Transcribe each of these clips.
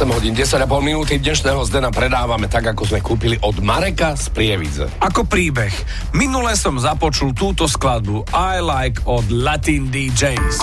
hodín, 10,5 minúty dnešného Zdena predávame tak, ako sme kúpili od Mareka z Prievidze. Ako príbeh. Minule som započul túto skladbu I Like od Latin DJs.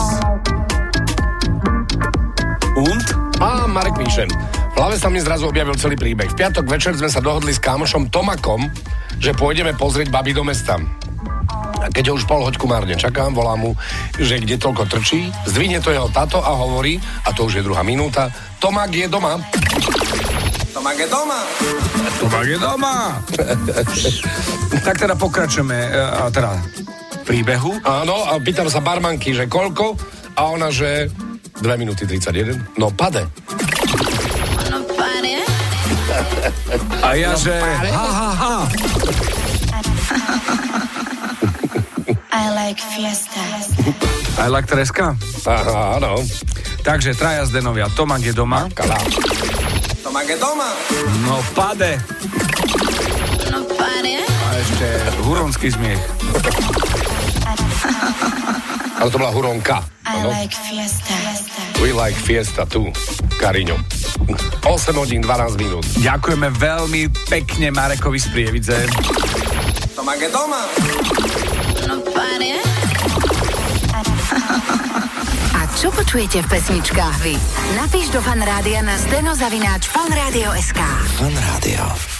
Und? A Marek píše, v hlave sa mi zrazu objavil celý príbeh. V piatok večer sme sa dohodli s kámošom Tomakom, že pôjdeme pozrieť baby do mesta. A keď ho už pol hoďku márne čakám, volám mu, že kde toľko trčí, zdvihne to jeho tato a hovorí, a to už je 2. minúta, Tomák je doma. Tomák je doma. Tomák je doma. Tak teda pokračujeme príbehu. Áno, a pýtam sa barmanky, že koľko, a ona, že 2 minúty 31. No pade. No pade. A ja, že ha. I like fiesta. I like treska? Aha, áno. Takže traja Zdenovia. Tomák je doma. Kaláč. Tomák je doma. No pade. No pade. A ešte huronský smiech. Ale to bola huronka. I like fiesta. We like fiesta tu, Kariňo. 8 hodín, 12 minút. Ďakujeme veľmi pekne Marekovi z Prievidze. Tomák je doma. No pade. A čo počujete v pesničkách vy? Napíš do Fanrádia na steno@fanradio.sk. Fan Rádio.